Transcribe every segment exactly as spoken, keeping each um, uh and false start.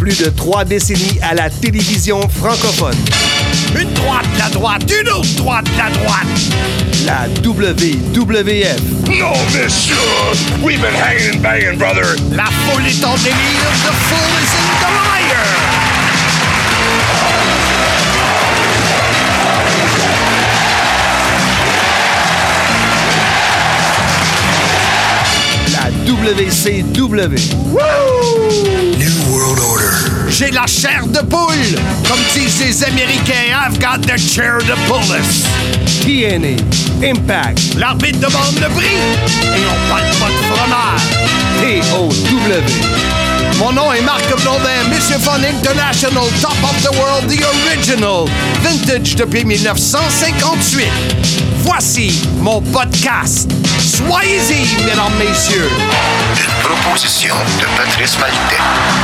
plus de trois décennies à la télévision francophone. Une droite, la droite, une autre droite, la droite. La W W F. No, monsieur! We've been hanging and banging, brother! La foule est en délire, the fool is in the liar! La W C W. Woo! New World Order. J'ai la chair de poule! Comme disent les Américains, I've got the chair to pull-us! T N A. Impact. L'arbitre demande le prix et on parle pas de fromage! T O W. Mon nom est Marc Blondin, Monsieur Fun International, Top of the World, the original, vintage depuis dix-neuf cent cinquante-huit. Voici mon podcast. Soyez-y, mesdames, messieurs. Une proposition de Patrice Maltais.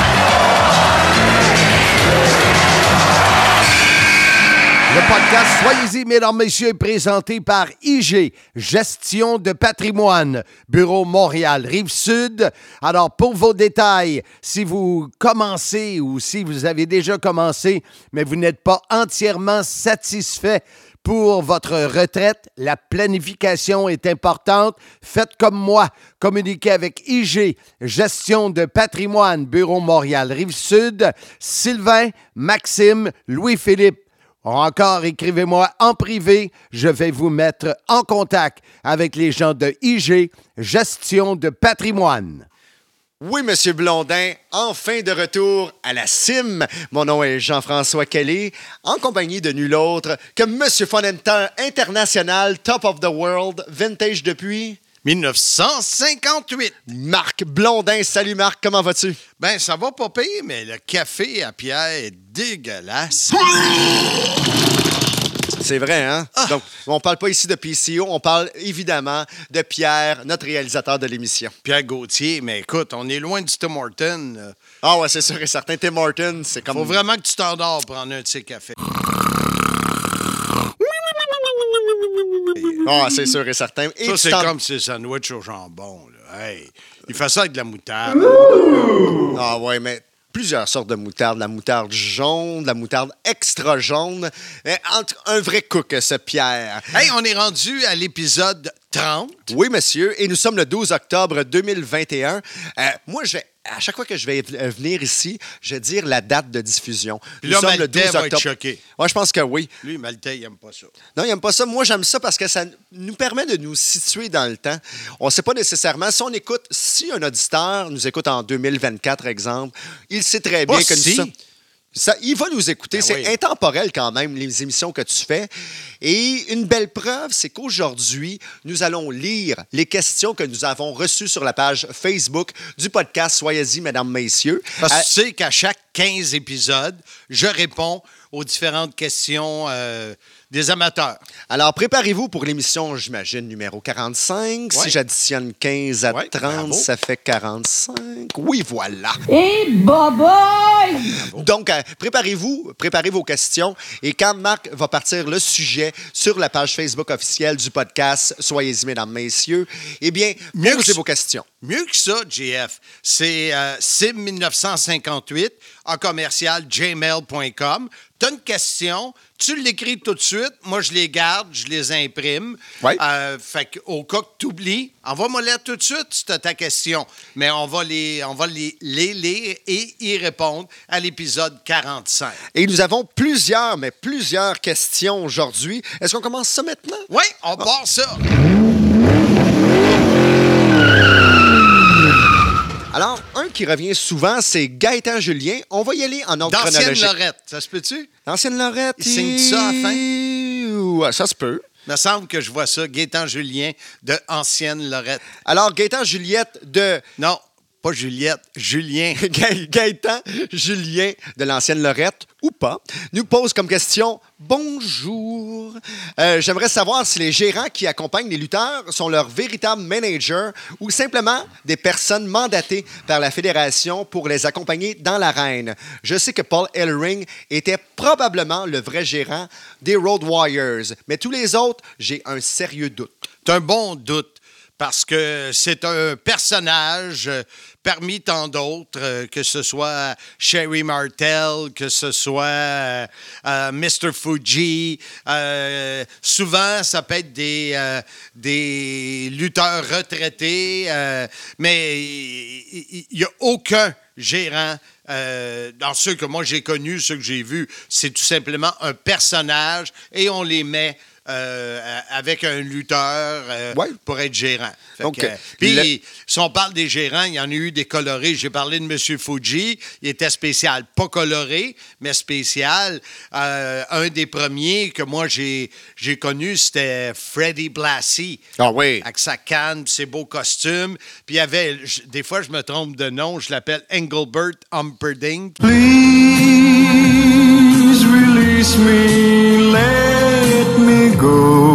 Le podcast Soyez-y, mesdames, messieurs, est présenté par I G, Gestion de patrimoine, Bureau Montréal, Rive-Sud. Alors, pour vos détails, si vous commencez ou si vous avez déjà commencé, mais vous n'êtes pas entièrement satisfait pour votre retraite, la planification est importante. Faites comme moi. Communiquez avec I G, Gestion de patrimoine, Bureau Montréal, Rive-Sud, Sylvain, Maxime, Louis-Philippe. Encore, écrivez-moi en privé. Je vais vous mettre en contact avec les gens de I G, Gestion de patrimoine. Oui, Monsieur Blondin, enfin de retour à la C I M. Mon nom est Jean-François Kelly, en compagnie de nul autre que Monsieur Fonenter International, Top of the World, vintage depuis dix-neuf cent cinquante-huit. Marc Blondin. Salut Marc, comment vas-tu? Ben, ça va pas pire, mais le café à Pierre est dégueulasse. C'est vrai, hein? Ah. Donc, on parle pas ici de P C O, on parle évidemment de Pierre, notre réalisateur de l'émission. Pierre Gauthier, mais écoute, on est loin du Tim Hortons. Euh, Ah ouais, c'est sûr et certain. Tim Hortons, c'est comme... Faut vraiment que tu t'endors pour prendre un de ces cafés. Ah, c'est sûr et certain. Et Ça, tu c'est t'en- comme ces sandwichs au jambon. Là. Hey, il fait ça avec de la moutarde. Ah ouais, mais plusieurs sortes de moutarde. La moutarde jaune, la moutarde extra jaune. Euh, entre un vrai cook, ce Pierre. Hey, on est rendu à l'épisode trente. Oui, monsieur, et nous sommes le douze octobre deux mille vingt et un. Euh, moi, je vais, à chaque fois que je vais v- venir ici, je vais dire la date de diffusion. Puis Nous là, sommes le Maltais douze va être octobre. choqué. Ouais, je pense que oui. Lui, Maltais, il aime pas ça. Non, il n'aime pas ça. Moi, j'aime ça parce que ça nous permet de nous situer dans le temps. On ne sait pas nécessairement. Si on écoute, si un auditeur nous écoute en deux mille vingt-quatre, exemple, il sait très bien Pas que si. nous sommes... Ça, il va nous écouter. Ben c'est oui. intemporel quand même, les émissions que tu fais. Et une belle preuve, c'est qu'aujourd'hui, nous allons lire les questions que nous avons reçues sur la page Facebook du podcast Soyez-y, mesdames, messieurs. Parce que Euh, tu sais qu'à chaque quinze épisodes, je réponds aux différentes questions euh, des amateurs. Alors, préparez-vous pour l'émission, j'imagine, numéro quarante-cinq. Ouais. Si j'additionne quinze à Ouais, trente, bravo. ça fait quarante-cinq. Oui, voilà. Et boboy! Donc, euh, préparez-vous, préparez vos questions. Et quand Marc va partir le sujet sur la page Facebook officielle du podcast Soyez-y, mesdames, messieurs, eh bien, Mieux posez que- vos questions. Mieux que ça, J F, c'est euh, C I M dix-neuf cent cinquante-huit en commercial gmail point com. Tu as une question, tu l'écris tout de suite. Moi, je les garde, je les imprime. Ouais. Euh, fait qu'au cas que tu oublies, envoie-moi là tout de suite si tu as ta question. Mais on va, les, on va les, les lire et y répondre à l'épisode quarante-cinq. Et nous avons plusieurs, mais plusieurs questions aujourd'hui. Est-ce qu'on commence ça maintenant? Oui, on part ça. Alors, un qui revient souvent, c'est Gaëtan Julien. On va y aller en ordre D'ancienne chronologique. Lorette, ça se peut-tu? L'ancienne Lorette. Il signe ça à la fin? Ouais, ça se peut. Il me semble que je vois ça, Gaétan Julien de Ancienne Lorette. Alors, Gaëtan Juliette de... Non, pas Juliette, Julien. Ga- Gaëtan Julien de l'ancienne Lorette, ou pas, nous pose comme question « Bonjour. Euh, J'aimerais savoir si les gérants qui accompagnent les lutteurs sont leurs véritables managers ou simplement des personnes mandatées par la fédération pour les accompagner dans l'arène. Je sais que Paul Ellering était probablement le vrai gérant des Road Warriors, mais tous les autres, j'ai un sérieux doute. C'est un bon doute. parce que c'est un personnage euh, parmi tant d'autres, euh, que ce soit Sherry Martel, que ce soit euh, euh, mister Fuji. Euh, souvent, ça peut être des, euh, des lutteurs retraités, euh, mais il n'y a aucun gérant. Euh, dans ceux que moi j'ai connus, ceux que j'ai vus, c'est tout simplement un personnage et on les met euh, avec un lutteur euh, ouais. pour être gérant. Donc, euh, puis, le... si on parle des gérants, il y en a eu des colorés. J'ai parlé de M. Fuji. Il était spécial. Pas coloré, mais spécial. Euh, un des premiers que moi j'ai, j'ai connu, c'était Freddie Blassie. Ah oui. Avec sa canne, ses beaux costumes. Puis il y avait, des fois je me trompe de nom, je l'appelle Engelbert Humperdinck. Please release me, let me go.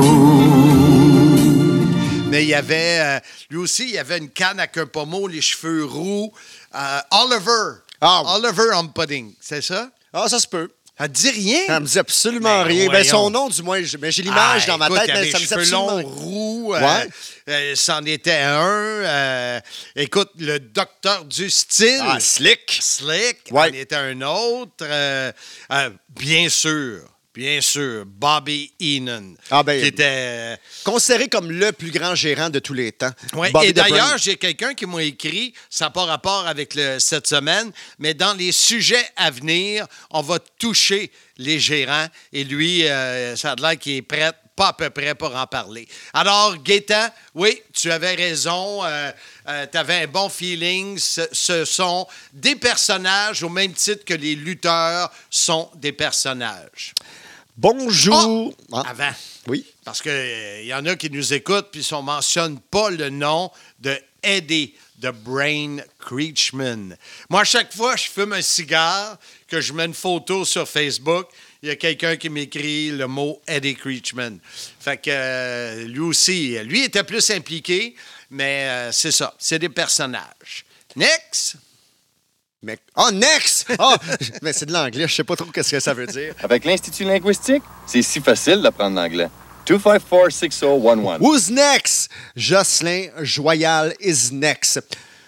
Mais il y avait, euh, lui aussi, il y avait une canne avec un pommeau, les cheveux roux. Euh, Oliver. Ah. Oliver Humperdinck, c'est ça? Ah, ça se peut. Ça te dit rien? Ça me dit absolument Ben, rien. Ben, son voyons. nom, du moins, j'ai, ben, j'ai l'image Ah, dans ma écoute, tête, il mais avait ça me les dit cheveux absolument longs, roux. Ouais. Euh, euh, c'en était un. Euh, écoute, le docteur du style. Ah, Slick. Slick. Ouais. En était un autre. Euh, euh, bien sûr. Bien sûr. Bobby Heenan. Ah, ben, qui était... Considéré comme le plus grand gérant de tous les temps. Ouais, Bobby et the d'ailleurs, Brain. j'ai quelqu'un qui m'a écrit, ça n'a pas rapport avec le, cette semaine, mais dans les sujets à venir, on va toucher les gérants. Et lui, euh, ça a l'air qu'il est prêt, pas à peu près, pour en parler. Alors, Gaétan, oui, tu avais raison. Euh, euh, tu avais un bon feeling. Ce, ce sont des personnages au même titre que les lutteurs sont des personnages. Bonjour. Oh! Ah, Avant. oui. Parce qu'il euh, y en a qui nous écoutent puis on ne mentionne pas le nom de Eddie the Brain Creechman. Moi, à chaque fois que je fume un cigare, que je mets une photo sur Facebook, il y a quelqu'un qui m'écrit le mot Eddie Creechman. Fait que euh, lui aussi, lui était plus impliqué, mais euh, c'est ça, c'est des personnages. Next! Mais... Oh, next! Oh, mais c'est de l'anglais, je sais pas trop qu'est-ce que ça veut dire. Avec l'Institut linguistique, c'est si facile d'apprendre l'anglais. deux cinq quatre, six zéro un un. Who's next? Jocelyn Joyal is next.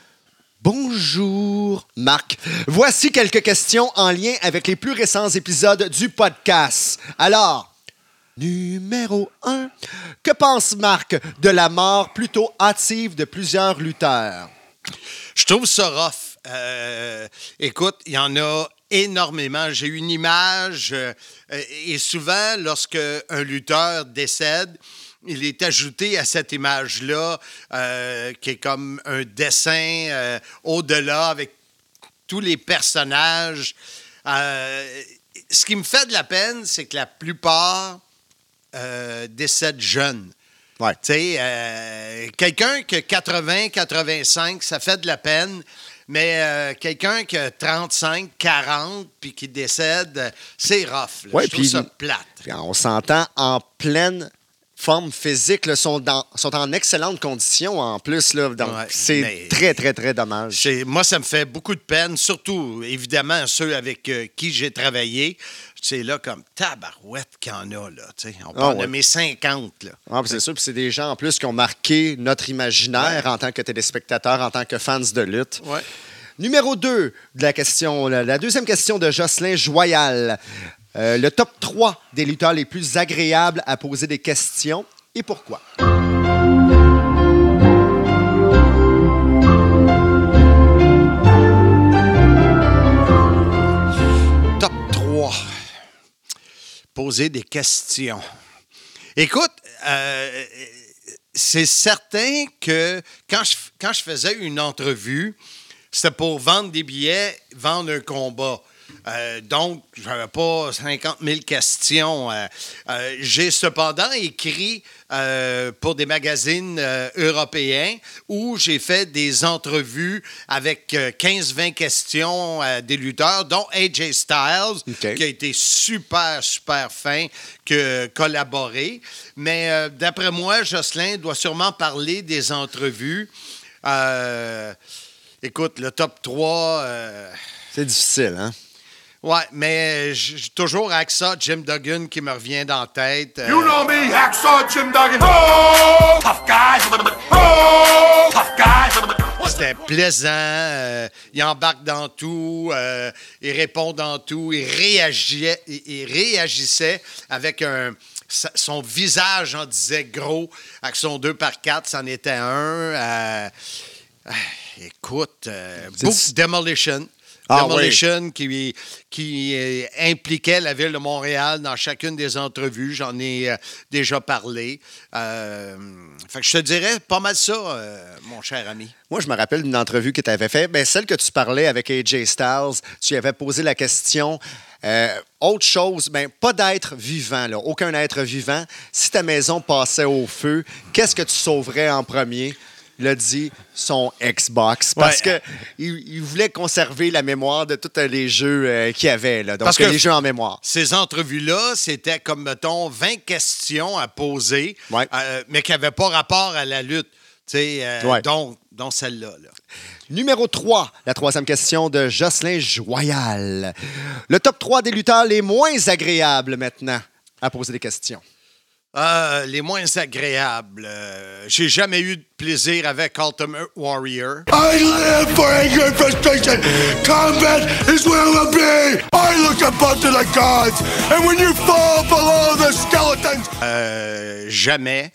Bonjour, Marc. Voici quelques questions en lien avec les plus récents épisodes du podcast. Alors, numéro un. Que pense Marc de la mort plutôt hâtive de plusieurs lutteurs? Je trouve ça rough. Euh, écoute, il y en a énormément. J'ai une image euh, et souvent, lorsque un lutteur décède, il est ajouté à cette image-là euh, qui est comme un dessin euh, au-delà avec tous les personnages. Euh, ce qui me fait de la peine, c'est que la plupart euh, décèdent jeunes. Ouais. Tu sais, euh, quelqu'un qui a quatre-vingts, quatre-vingt-cinq, ça fait de la peine. Mais euh, quelqu'un qui a trente-cinq, quarante, puis qui décède, c'est rough. Là. Ouais, Je trouve puis- ça plate. Puis on s'entend en pleine forme physique, là, sont, dans, sont en excellente condition en plus. Là, donc Ouais, c'est mais- très, très, très dommage. C'est- moi, ça me fait beaucoup de peine, surtout, évidemment, ceux avec euh, qui j'ai travaillé. C'est là comme tabarouette qu'il y en a, là. tu sais. On peut Ah en ouais. nommer cinquante, là. Ah, puis c'est sûr, puis c'est des gens en plus qui ont marqué notre imaginaire en tant que téléspectateurs, en tant que fans de lutte. Ouais. Numéro deux de la question, la, la deuxième question de Jocelyn Joyal. Euh, le top trois des lutteurs les plus agréables à poser des questions et pourquoi? Top trois. Poser des questions. Écoute, euh, c'est certain que quand je, quand je faisais une entrevue, c'était pour vendre des billets, vendre un combat. Euh, donc, je n'avais pas cinquante mille questions. Euh, euh, j'ai cependant écrit euh, pour des magazines euh, européens où j'ai fait des entrevues avec euh, quinze vingt questions à des lutteurs, dont A J Styles, OK. qui a été super, super fin, que collaboré. Mais euh, d'après moi, Jocelyn doit sûrement parler des entrevues. Euh, écoute, le top trois... euh, C'est difficile, hein? Ouais, mais j'ai toujours Hacksaw Jim Duggan qui me revient dans la tête. Euh... You know me, Hacksaw Jim Duggan. Oh, tough guy. Oh, tough guy. C'était plaisant. Euh, il embarque dans tout. Euh, il répond dans tout. Il réagissait, il, il réagissait avec un... Son visage en disait gros. Avec son deux par quatre, c'en était un. Euh, euh, écoute, euh, Book Demolition. Ah, Demolition oui. qui, qui euh, impliquait la Ville de Montréal dans chacune des entrevues. J'en ai euh, déjà parlé. Euh, fait que je te dirais pas mal ça, euh, mon cher ami. Moi, je me rappelle d'une entrevue que tu avais faite. Ben, celle que tu parlais avec A J Styles, tu lui avais posé la question... Euh, autre chose, ben, pas d'être vivant, là, aucun être vivant. Si ta maison passait au feu, qu'est-ce que tu sauverais en premier? Il a dit son Xbox. Parce ouais. qu'il il voulait conserver la mémoire de tous les jeux euh, qu'il y avait. Là, donc, parce que les jeux en mémoire. Ces entrevues-là, c'était comme, mettons, vingt questions à poser, ouais. euh, mais qui n'avaient pas rapport à la lutte. Euh, ouais. dont, dont celle-là. Là. Numéro trois, la troisième question de Jocelyn Joyal. Le top trois des lutteurs les moins agréables maintenant à poser des questions. Euh, les moins agréables. Euh, j'ai jamais eu de plaisir avec Ultimate Warrior. I live for anger and frustration. Combat is where I will be. I look above to the gods. And when you fall below the skeletons... Euh, jamais.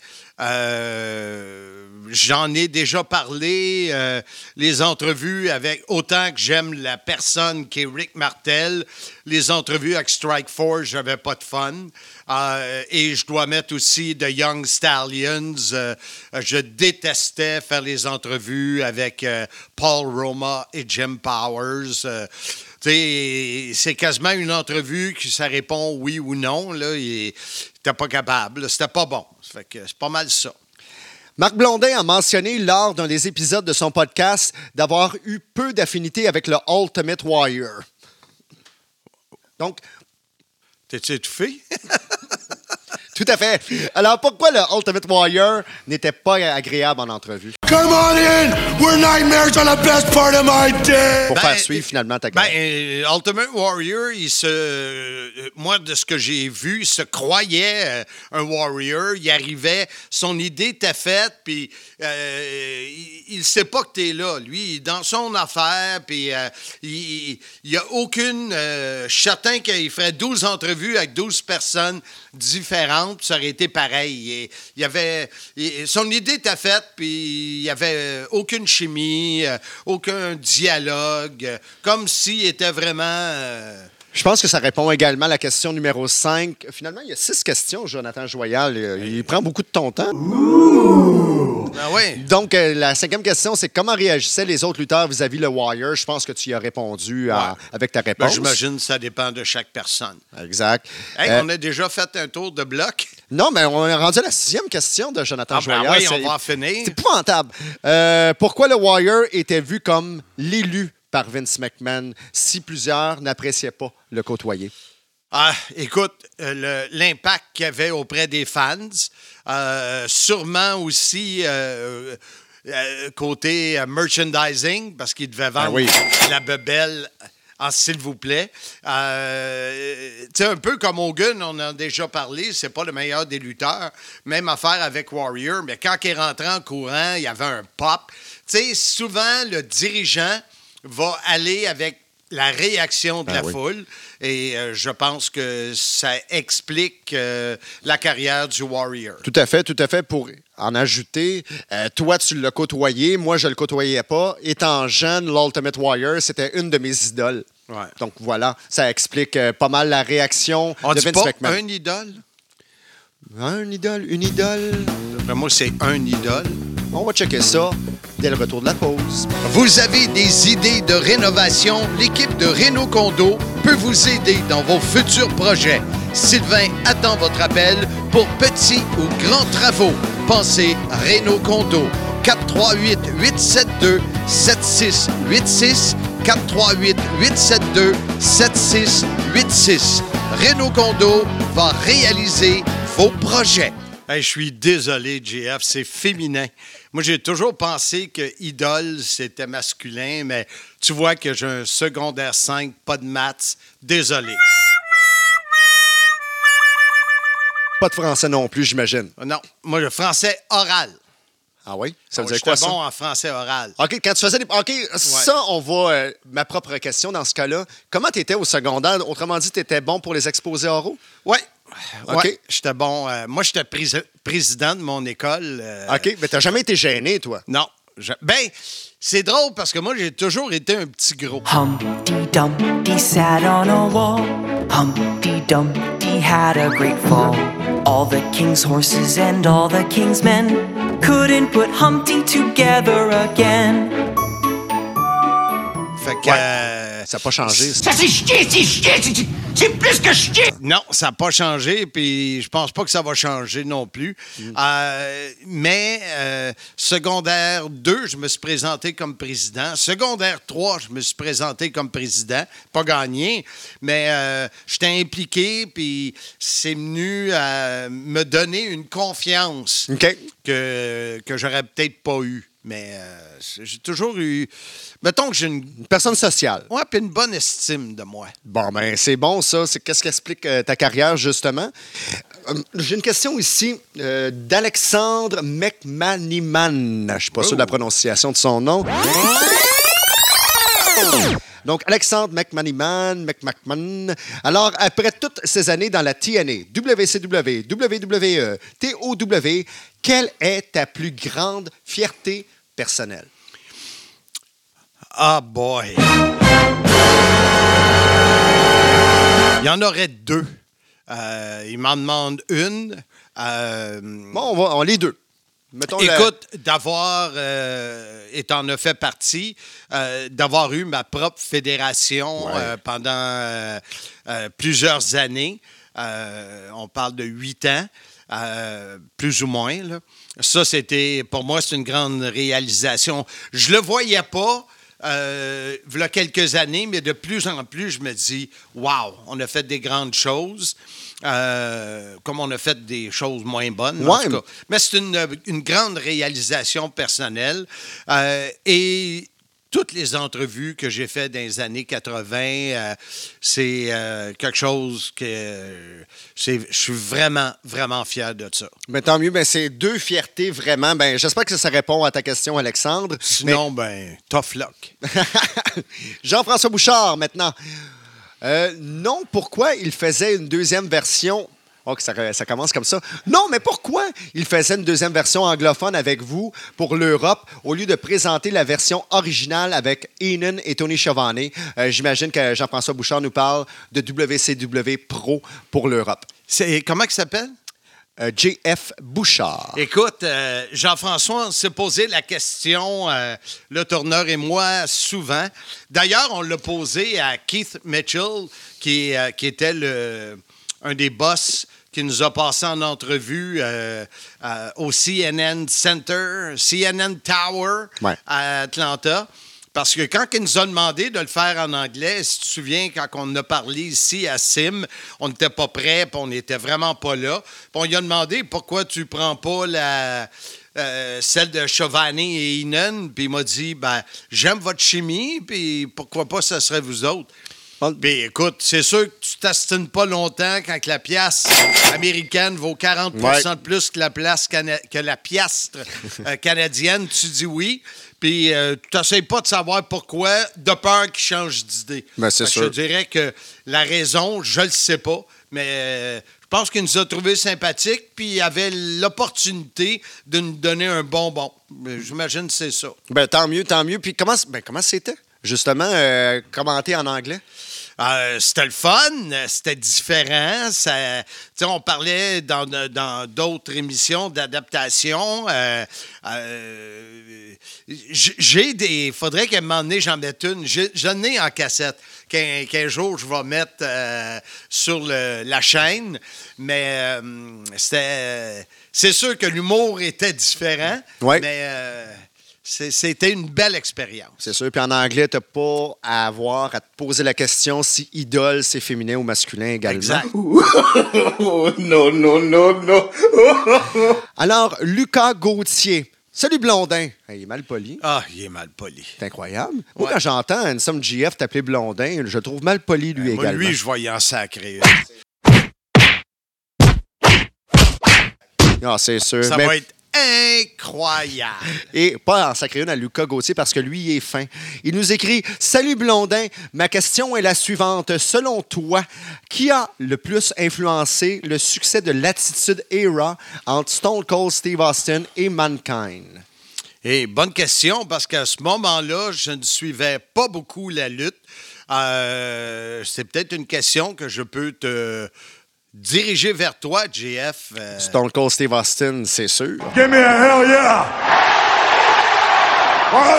Euh... J'en ai déjà parlé, euh, les entrevues avec, autant que j'aime la personne qui est Rick Martel, les entrevues avec Strike Force, j'avais pas de fun. Euh, et je dois mettre aussi The Young Stallions. Euh, je détestais faire les entrevues avec euh, Paul Roma et Jim Powers. Euh, c'est quasiment une entrevue que ça répond oui ou non. Là, et t'es pas capable. C'était pas bon. Ça fait que c'est pas mal ça. Marc Blondin a mentionné lors d'un des épisodes de son podcast d'avoir eu peu d'affinité avec le Ultimate Warrior. Donc... T'es-tu étouffé? Tout à fait. Alors, pourquoi le Ultimate Warrior n'était pas agréable en entrevue? Come on in! We're nightmares on the best part of my day! Pour ben, faire suivre finalement ta carrière. Ben, euh, Ultimate Warrior, il se, euh, moi, de ce que j'ai vu, il se croyait euh, un warrior. Il arrivait, son idée était faite, puis euh, il ne sait pas que tu es là. Lui, il est dans son affaire, puis euh, il n'y a aucune... Euh, je suis certain qu'il ferait douze entrevues avec douze personnes différentes, puis ça aurait été pareil. Et, il y avait, et, son idée était faite, puis il n'y avait aucune chimie, euh, aucun dialogue, euh, comme s'il était vraiment... Euh, Je pense que ça répond également à la question numéro cinq. Finalement, il y a six questions, Jonathan Joyal. Il, il prend beaucoup de ton temps. Ouh! Ah oui. Donc, euh, la cinquième question, c'est comment réagissaient les autres lutteurs vis-à-vis le Warrior? Je pense que tu y as répondu à, ouais. avec ta Ben, réponse. j'imagine que ça dépend de chaque personne. Exact. Hey, Euh, on a déjà fait un tour de bloc. Non, mais on est rendu à la sixième question de Jonathan Ah, ben Joyal. oui, on C'est- va en finir. C'est épouvantable. Euh, pourquoi le Warrior était vu comme l'élu par Vince McMahon si plusieurs n'appréciaient pas le côtoyer? Ah, écoute, euh, le- l'impact qu'il y avait auprès des fans, euh, sûrement aussi euh, euh, côté euh, merchandising, parce qu'il devait vendre Ah oui. la bebelle en s'il vous plaît. Euh, tu sais, un peu comme Hogan, on en a déjà parlé, c'est pas le meilleur des lutteurs. Même affaire avec Warrior, mais quand il est rentré en courant, il y avait un pop. Tu sais, souvent, le dirigeant va aller avec la réaction de Ah la oui. foule. Et euh, je pense que ça explique euh, la carrière du Warrior. Tout à fait, tout à fait. Pour en ajouter, euh, toi, tu l'as côtoyé, moi, je le côtoyais pas. Étant jeune, l'Ultimate Warrior, c'était une de mes idoles. Ouais. Donc voilà, ça explique euh, pas mal la réaction On de dit Vince pas McMahon. un idole? Un idole, une idole. D'après moi, c'est un idole. On va checker ça dès le retour de la pause. Vous avez des idées de rénovation? L'équipe de Réno Condo peut vous aider dans vos futurs projets. Sylvain attend votre appel pour petits ou grands travaux. Pensez Réno Condo. quatre trois huit, huit sept deux, sept six huit six. quatre trois huit, huit sept deux, sept six huit six. Réno Condo va réaliser vos projets. Hey, je suis désolé, J F, c'est féminin. Moi, j'ai toujours pensé que idole, c'était masculin, mais tu vois que j'ai un secondaire cinq, pas de maths. Désolé. Pas de français non plus, j'imagine. Non, moi, le français oral. Ah oui? Ça veut Ah, dire quoi, ça? bon en français oral. OK, quand tu faisais des... OK, ça, on va... euh, ma propre question dans ce cas-là. Comment tu étais au secondaire? Autrement dit, tu étais bon pour les exposés oraux? Oui. OK. Ouais, j'étais bon. Euh, moi, j'étais pré- président de mon école. euh, OK, mais t'as jamais été gêné, toi? Non. Je- ben, c'est drôle parce que moi, j'ai toujours été un petit gros. Humpty Dumpty sat on a wall. Humpty Dumpty had a great fall. All the king's horses and all the king's men couldn't put Humpty together again. Fait que... Ouais. euh, Ça n'a pas changé. Ça, c'est chier, c'est chier, c'est- c'est plus que chier! Non, ça n'a pas changé, puis je pense pas que ça va changer non plus. Mm. Euh, mais euh, secondaire deux, je me suis présenté comme président. Secondaire trois, je me suis présenté comme président. Pas gagné, mais euh, j'étais impliqué, puis c'est venu à me donner une confiance OK. que, que j'aurais peut-être pas eu. Mais euh, j'ai toujours eu... Mettons que j'ai une... Une personne sociale. Ouais, puis une bonne estime de moi. Bon, ben c'est bon, ça. C'est qu'est-ce qui explique euh, ta carrière, justement. Euh, J'ai une question ici euh, d'Alexandre McManiman. Je ne suis pas sûr de la prononciation de son nom. Donc, Alexandre McManiman, McMahon. Alors, après toutes ces années dans la T N A, W C W, W W E, T O W, quelle est ta plus grande fierté personnelle? Ah, boy! Il y en aurait deux. Euh, il m'en demande une. Euh, Bon, on va on, les deux. Mettons la- Écoute, d'avoir, euh, et t'en as fait partie, euh, d'avoir eu ma propre fédération Ouais. euh, pendant euh, euh, plusieurs années. Euh, on parle de huit ans, euh, plus ou moins. Là. Ça, c'était, pour moi, c'est une grande réalisation. Je le voyais pas. Euh, il y a quelques années, mais de plus en plus, je me dis, wow, on a fait des grandes choses, euh, comme on a fait des choses moins bonnes. en Ouais, tout cas. Mais c'est une, une grande réalisation personnelle. Euh, et toutes les entrevues que j'ai faites dans les années quatre-vingt, euh, c'est euh, quelque chose que euh, c'est, je suis vraiment, vraiment fier de ça. Ben, tant mieux, ben, c'est deux fiertés vraiment. Ben, j'espère que ça répond à ta question, Alexandre. Sinon, ben, tough luck. Mais- Jean-François Bouchard, maintenant. Euh, non, pourquoi il faisait une deuxième version? Oh, ça, ça commence comme ça. Non, mais pourquoi il faisait une deuxième version anglophone avec vous pour l'Europe au lieu de présenter la version originale avec Heenan et Tony Schiavone? Euh, j'imagine que Jean-François Bouchard nous parle de W C W Pro pour l'Europe. C'est, comment il s'appelle? Euh, J F Bouchard. Écoute, euh, Jean-François, on s'est posé la question, euh, le tourneur et moi, souvent. D'ailleurs, on l'a posé à Keith Mitchell, qui, euh, qui était le, un des boss qui nous a passé en entrevue euh, euh, au C N N Center, C N N Tower Ouais. à Atlanta. Parce que quand il nous a demandé de le faire en anglais, si tu te souviens, quand on a parlé ici à Sim, on n'était pas prêt, puis on n'était vraiment pas là. Puis on lui a demandé pourquoi tu prends pas la, euh, celle de Schiavone et Heenan. Puis il m'a dit, ben, j'aime votre chimie, puis pourquoi pas ça serait vous autres. Puis écoute, c'est sûr que tu t'astines pas longtemps quand que la pièce américaine vaut quarante pour cent Ouais. de plus que la, place cana- que la piastre euh, canadienne. Tu dis oui. Puis euh, tu n'essayes pas de savoir pourquoi, de peur qu'il change d'idée. Ben, c'est Fait que sûr. Je te dirais que la raison, je le sais pas, mais euh, je pense qu'il nous a trouvés sympathiques, puis il avait l'opportunité de nous donner un bonbon. Mais J'imagine que c'est ça. Ben, tant mieux, tant mieux. Puis comment, ben, comment c'était, justement, euh, commenter en anglais? Euh, c'était le fun, c'était différent. Ça, tu sais, on parlait dans, dans d'autres émissions d'adaptation. Euh, euh, j'ai des. Il faudrait qu'à un moment donné, j'en mette une. J'ai- J'en ai en cassette qu'un qu'un jour, je vais mettre euh, sur le- la chaîne. Mais euh, c'était. C'est sûr que l'humour était différent. Ouais. Mais. Euh, c'est- c'était une belle expérience. C'est sûr. Puis en anglais, tu n'as pas à avoir à te poser la question si idole, c'est féminin ou masculin également. Exact. Oh, no, no, no, no. Alors, Lucas Gauthier, Salut Blondin. Hey, il est mal poli. Ah, il est mal poli. C'est incroyable. Moi, Ouais. quand j'entends Handsome G F t'appeler Blondin, je le trouve mal poli, lui, Moi, également. lui, je vais y en sacrer. Ah, c'est sûr. Ça Mais- va être incroyable. Et pas en sacré une à Lucas Gauthier parce que lui, il est fin. Il nous écrit « Salut Blondin, ma question est la suivante. Selon toi, qui a le plus influencé le succès de l'Attitude Era entre Stone Cold Steve Austin et Mankind? » Et bonne question, parce qu'à ce moment-là, je ne suivais pas beaucoup la lutte. Euh, c'est peut-être une question que je peux te diriger vers toi, J F. Euh, Stone Cold Steve Austin, c'est sûr. Give me a hell yeah! What?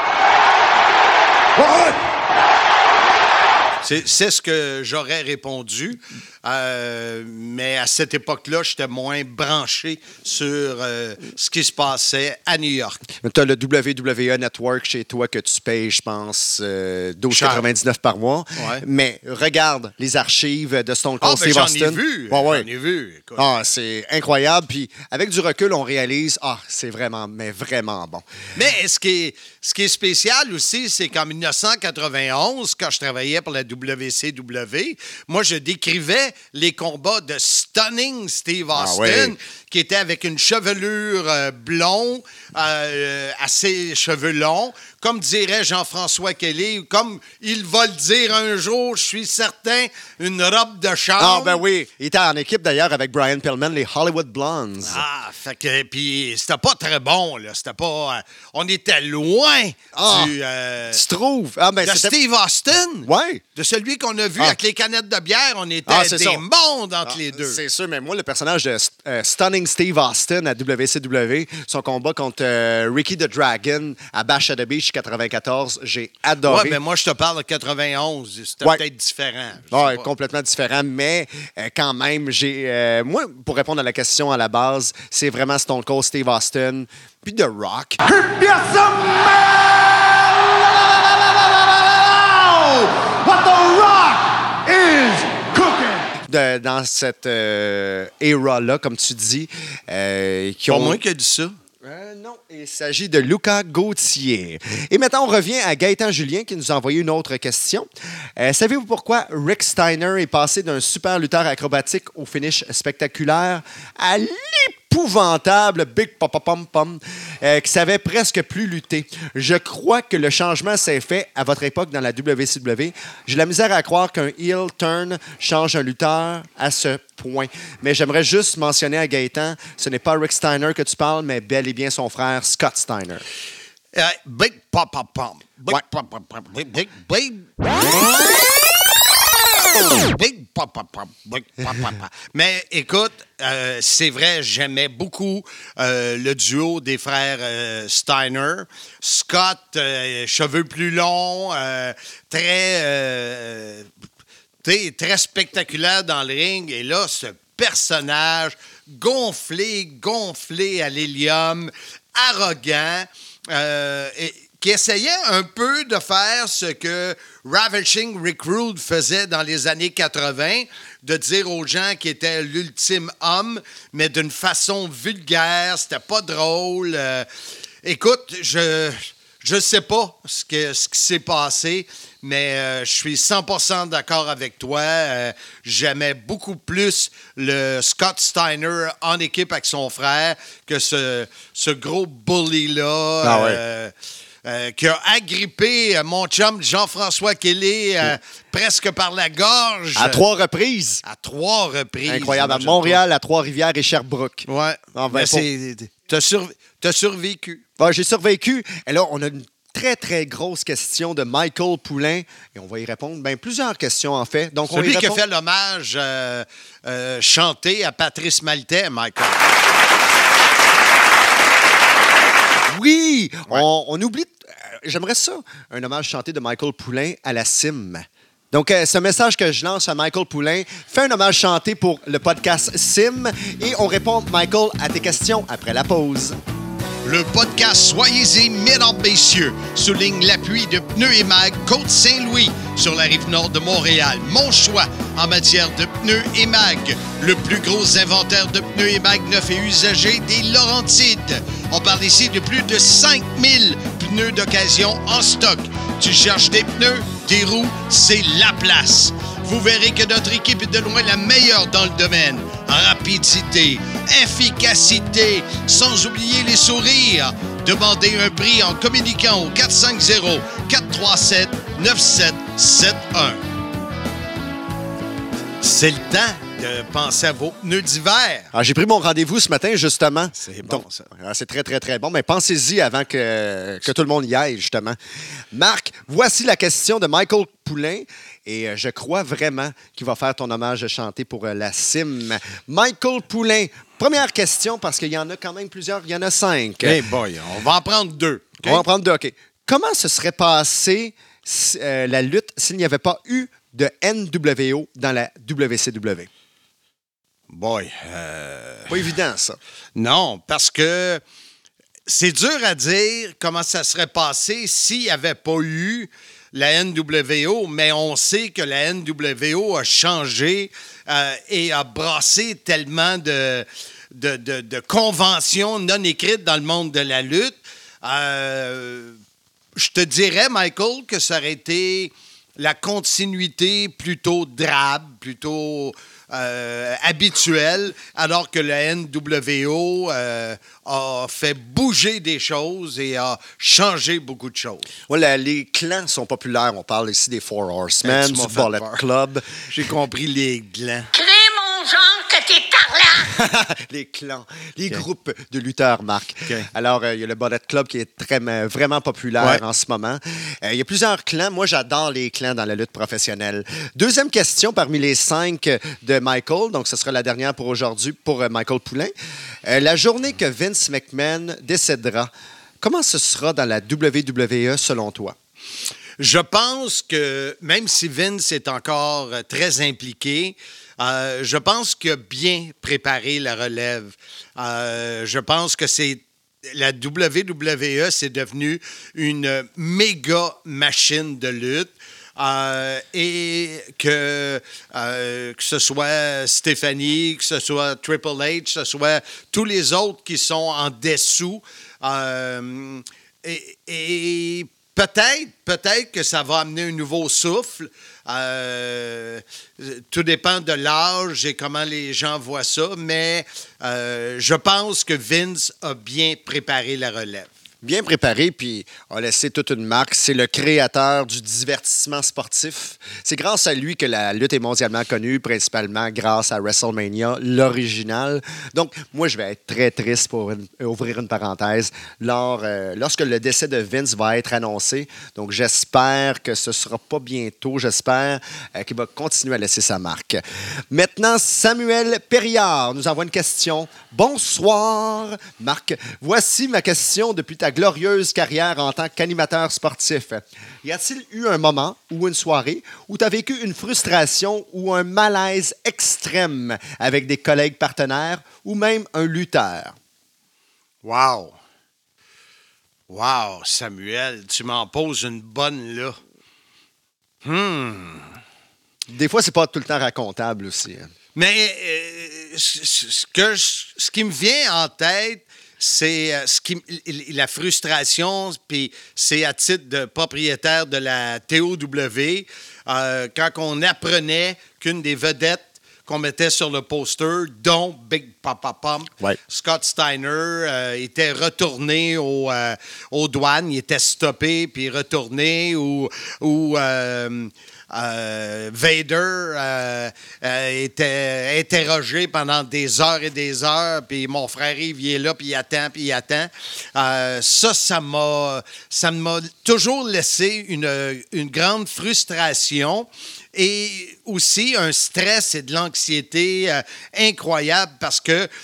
What? c'est, c'est ce que j'aurais répondu. Euh, mais à cette époque-là, j'étais moins branché sur euh, ce qui se passait à New York. Tu as le W W E Network chez toi que tu payes, je pense, euh, douze quatre-vingt-dix-neuf par mois. Ouais. Mais regarde les archives de Stone Cold Ah, ben Steve j'en Austin. ai vu. Ouais, ouais. J'en ai vu. Écoute. Ah, c'est incroyable. Puis avec du recul, on réalise, ah, c'est vraiment, mais vraiment bon. Mais ce qui est, ce qui est spécial aussi, c'est qu'en dix-neuf cent quatre-vingt-onze, quand je travaillais pour la W C W, moi, je décrivais les combats de Stunning Steve Austin, Ah oui. qui était avec une chevelure euh, blonde, euh, assez cheveux longs, comme dirait Jean-François Kelly, comme il va le dire un jour, je suis certain, une robe de chambre. Ah, ben oui. Il était en équipe d'ailleurs avec Brian Pillman, les Hollywood Blondes. Ah, fait que, puis c'était pas très bon, là. C'était pas. Euh, on était loin Ah, du. euh, Tu trouves? Ah, ben de c'était- Steve Austin. Ouais. De celui qu'on a vu Ah. avec les canettes de bière, on était Ah, c'est des ça. mondes entre Ah, les deux. C'est sûr, mais moi, le personnage de euh, Stunning Steve Austin à W C W, son combat contre euh, Ricky the Dragon à Bash at the Beach quatre-vingt-quatorze, j'ai adoré. Ouais, mais moi, je te parle de quatre-vingt-onze. C'était Ouais. peut-être différent. Je sais Ouais, pas. complètement différent, mais euh, quand même, j'ai. euh, moi, pour répondre à la question à la base, c'est vraiment Stone Cold Steve Austin, puis The Rock. Yes, What the Rock is cooking! De- dans cette euh, era-là, comme tu dis, euh, qui Pas ont. moi qui ai dit ça. Euh, non, il s'agit de Lucas Gauthier. Et maintenant, on revient à Gaëtan Julien qui nous a envoyé une autre question. Euh, savez-vous pourquoi Rick Steiner est passé d'un super lutteur acrobatique au finish spectaculaire à l'épouvantable Big Pop Pom Pom euh, qui savait presque plus lutter? Je crois que le changement s'est fait à votre époque dans la W C W. J'ai la misère à croire qu'un heel turn change un lutteur à ce point. Mais j'aimerais juste mentionner à Gaëtan, ce n'est pas Rick Steiner que tu parles, mais bel et bien son frère Scott Steiner. Euh, big pop pop pop. Big Ouais. pop pop pop. Big big big. Big pop pop pop. Big pop pop pop. Mais écoute, euh, c'est vrai, j'aimais beaucoup euh, le duo des frères euh, Steiner. Scott, euh, cheveux plus longs, euh, très, euh, t'sais, très spectaculaire dans le ring. Et là, ce personnage gonflé, gonflé à l'hélium, arrogant, euh, et, qui essayait un peu de faire ce que Ravishing Rick Rude faisait dans les années quatre-vingt, de dire aux gens qu'il était l'ultime homme, mais d'une façon vulgaire, c'était pas drôle. Euh, écoute, je je sais pas ce, que, ce qui s'est passé, mais euh, je suis cent pour cent d'accord avec toi. Euh, j'aimais beaucoup plus le Scott Steiner en équipe avec son frère que ce, ce gros bully-là. Ah ouais. euh, Euh, qui a agrippé euh, mon chum Jean-François Kelly euh, presque par la gorge. À trois reprises. À trois reprises. Incroyable. À Imagine-toi. Montréal, à Trois-Rivières et Sherbrooke. Ouais. Ah, ben, Mais pour- c'est... T'as, sur- t'as survécu. Bon, j'ai survécu. Et là, on a une très, très grosse question de Michael Poulain. Et on va y répondre. Ben, plusieurs questions, en fait. Donc, on Celui y qui a répond. fait l'hommage euh, euh, chanté à Patrice Maltais, Michael. Oui! On, on oublie... euh, J'aimerais ça, un hommage chanté de Michael Poulain à la C I M. Donc, euh, ce message que je lance à Michael Poulain, fais un hommage chanté pour le podcast C I M et on répond, Michael, à tes questions après la pause. Le podcast Soyez-y, mesdames, messieurs, souligne l'appui de Pneus et Mag Côte-Saint-Louis sur la rive nord de Montréal. Mon choix en matière de pneus et mag. Le plus gros inventaire de pneus et mag neufs et usagés des Laurentides. On parle ici de plus de cinq mille pneus d'occasion en stock. Tu cherches des pneus, des roues, c'est la place. Vous verrez que notre équipe est de loin la meilleure dans le domaine. Rapidité, efficacité, sans oublier les sourires. Demandez un prix en communiquant au quatre cinq zéro, quatre trois sept, neuf sept sept un. C'est le temps de penser à vos pneus d'hiver. Ah, j'ai pris mon rendez-vous ce matin, justement. C'est bon, Donc, ça. ah, c'est très, très, très bon. Mais pensez-y avant que, que tout le monde y aille, justement. Marc, voici la question de Michael Poulain. Et euh, je crois vraiment qu'il va faire ton hommage chanté pour euh, la C I M. Michael Poulain, première question, parce qu'il y en a quand même plusieurs. Il y en a cinq. Hey boy, on va en prendre deux. On va en prendre deux, OK. Comment se serait passée euh, la lutte s'il n'y avait pas eu de N W O dans la W C W? Boy, euh... Pas évident, ça. Non, parce que c'est dur à dire comment ça serait passé s'il n'y avait pas eu la N W O, mais on sait que la N W O a changé euh, et a brassé tellement de, de, de, de conventions non écrites dans le monde de la lutte. Euh, je te dirais, Michael, que ça aurait été la continuité plutôt drabe, plutôt euh, habituelle, alors que la N W O euh, a fait bouger des choses et a changé beaucoup de choses. Ouais, la- les clans sont populaires. On parle ici des Four Horsemen, Tu du m'as fait Bullet peur. Club. J'ai compris les glands. Crée mon genre que t'es parlant! Les clans, les groupes de lutteurs, Marc. OK. Alors, euh, il y a le Bullet Club qui est très, euh, vraiment populaire Ouais. en ce moment. Euh, il y a plusieurs clans. Moi, j'adore les clans dans la lutte professionnelle. Deuxième question parmi les cinq de Michael. Donc, ce sera la dernière pour aujourd'hui pour euh, Michael Poulain. Euh, la journée que Vince McMahon décédera, comment ce sera dans la W W E selon toi? Je pense que même si Vince est encore euh, très impliqué, euh, je pense qu'il a bien préparé la relève. Euh, je pense que c'est la W W E, c'est devenu une méga machine de lutte. Euh, et que, euh, que ce soit Stéphanie, que ce soit Triple H, que ce soit tous les autres qui sont en dessous. Euh, et, et peut-être, peut-être que ça va amener un nouveau souffle. Euh, tout dépend de l'âge et comment les gens voient ça, mais euh, je pense que Vince a bien préparé la relève. Bien préparé, puis a laissé toute une marque. C'est le créateur du divertissement sportif. C'est grâce à lui que la lutte est mondialement connue, principalement grâce à WrestleMania, l'original. Donc, moi, je vais être très triste pour une- ouvrir une parenthèse lors, euh, lorsque le décès de Vince va être annoncé. Donc, j'espère que ce ne sera pas bientôt. J'espère euh, qu'il va continuer à laisser sa marque. Maintenant, Samuel Perriard nous envoie une question. Bonsoir, Marc. Voici ma question depuis ta glorieuse carrière en tant qu'animateur sportif. Y a-t-il eu un moment ou une soirée où tu as vécu une frustration ou un malaise extrême avec des collègues partenaires ou même un lutteur? Wow! Wow, Samuel, tu m'en poses une bonne là. Hmm. Des fois, c'est pas tout le temps racontable aussi. hein. Mais euh, ce, ce que je- ce qui me vient en tête, c'est euh, ce qui, la frustration, puis c'est à titre de propriétaire de la T O W, euh, quand on apprenait qu'une des vedettes qu'on mettait sur le poster, dont Big Papa Pump, Ouais. Scott Steiner, euh, était retourné au, euh, aux douanes, il était stoppé puis retourné, ou, ou euh, euh, Vader euh, euh, était interrogé pendant des heures et des heures, puis mon frère Yves, il est là, puis il attend, puis il attend. Euh, ça, ça m'a, ça m'a toujours laissé une, une grande frustration et aussi un stress et de l'anxiété euh, incroyable parce que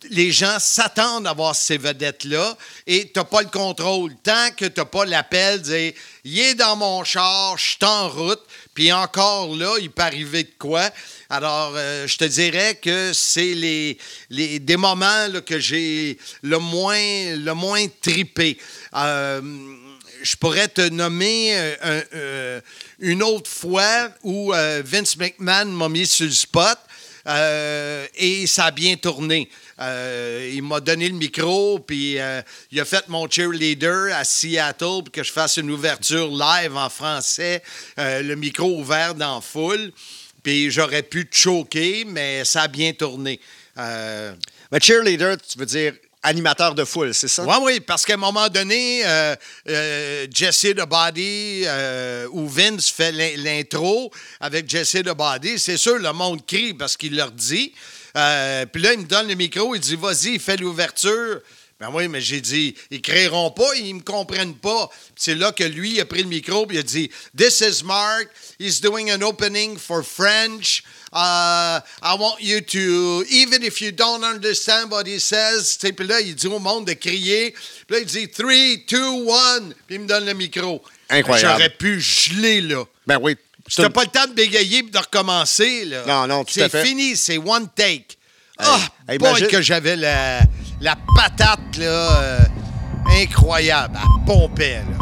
les gens s'attendent à voir ces vedettes-là et tu n'as pas le contrôle. Tant que tu n'as pas l'appel, dire « Il est dans mon char, je suis en route », puis encore là, il peut arriver de quoi. Alors, euh, je te dirais que c'est les, les, des moments là, que j'ai le moins, le moins trippé. Euh, je pourrais te nommer euh, euh, une autre fois où euh, Vince McMahon m'a mis sur le spot euh, et ça a bien tourné. Euh, il m'a donné le micro, puis euh, il a fait mon cheerleader à Seattle pour que je fasse une ouverture live en français, euh, le micro ouvert dans la foule. Puis j'aurais pu te choquer, mais ça a bien tourné. Euh... Mais cheerleader, tu veux dire animateur de foule, c'est ça? Oui, oui, parce qu'à un moment donné, euh, euh, Jesse the Body euh, ou Vince fait l'intro avec Jesse the Body, c'est sûr, le monde crie parce qu'il leur dit. Euh, puis là, il me donne le micro, il dit « Vas-y, il fait l'ouverture ». Ben oui, mais j'ai dit, ils créeront pas, ils me comprennent pas. Puis c'est là que lui, il a pris le micro, puis il a dit, This is Mark, he's doing an opening for French. Uh, I want you to, even if you don't understand what he says, puis là, il dit au monde de crier. Puis là, il dit, three, two, one, puis il me donne le micro. Incroyable. J'aurais pu geler, là. Ben oui. Si t'as pas le temps de bégayer et de recommencer, là. Non, non, tout à fait. C'est fini, c'est one take. Hey, Ah, hey, boy, imagine... que j'avais la, la patate, là, euh, incroyable. Elle pompait, là.